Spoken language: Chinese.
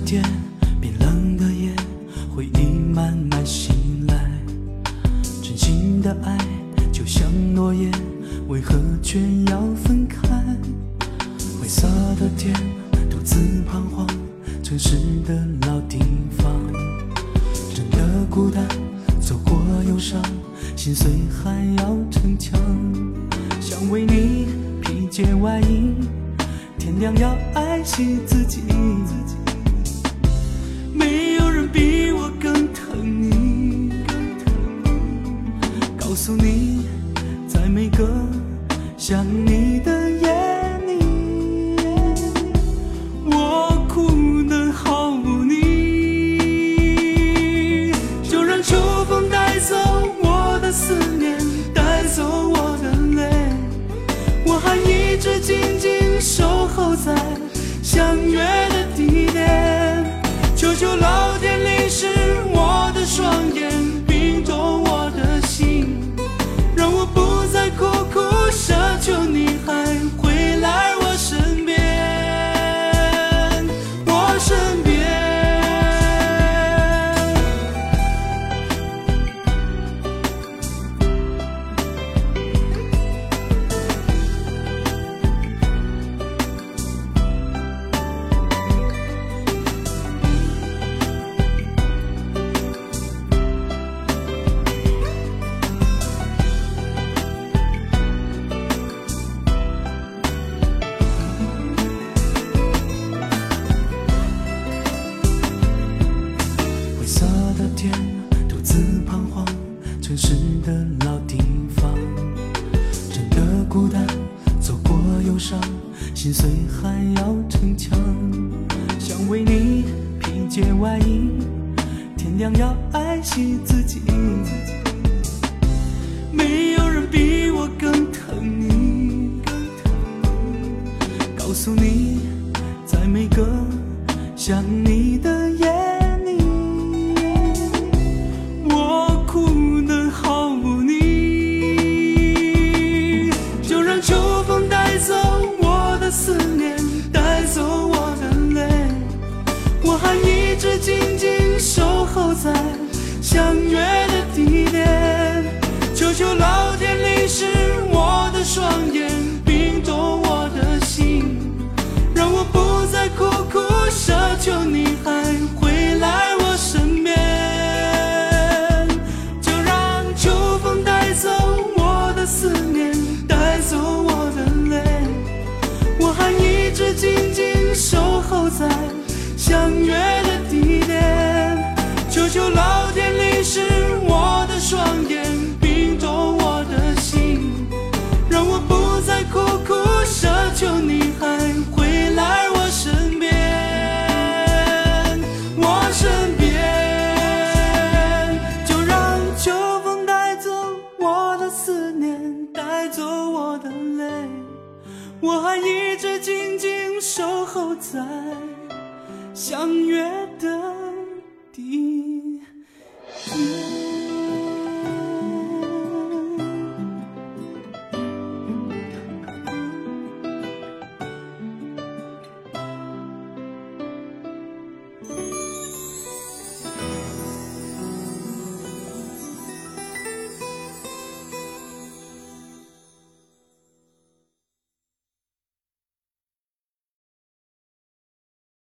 天，冰冷的夜，回忆慢慢醒来。真心的爱就像诺言，为何却要分开？灰色的天，独自彷徨，城市的老地方，真的孤单，走过忧伤，心碎还要逞强，想为你披件外衣，天亮要爱惜自己。没有人比我更疼你，告诉你，在每个想你的夜里，我哭得毫无你。就让秋风带走我的思念，带走我的泪，我还一直静静守候在相约的地点。求求老天淋湿我的双眼，冰冻我的心，让我不再苦苦奢求你还回来我身边，我身边。灰色的天，独自彷徨，城市的老地方，真的孤单，走过忧伤，心碎还要逞强，想为你披件外衣，天亮要爱惜自己。没有人比我更疼你，告诉你，在每个想你的夜里，我哭得毫无你。就让秋风带走我的思念，带走我的泪，我还一直静静守候在相约的地点。求求老天淋湿我的双眼，冰冻我的心，让我不再苦苦奢求你还回来我身边。就让秋风带走我的思念，带走我的泪，我还一直静静守候在相约的地点。求求老天淋湿我的双眼，冰冻我的心，让我不再苦苦奢求你还回来我身边，我身边。就让秋风带走我的思念，带走我的泪，我还一直静静守候在相约的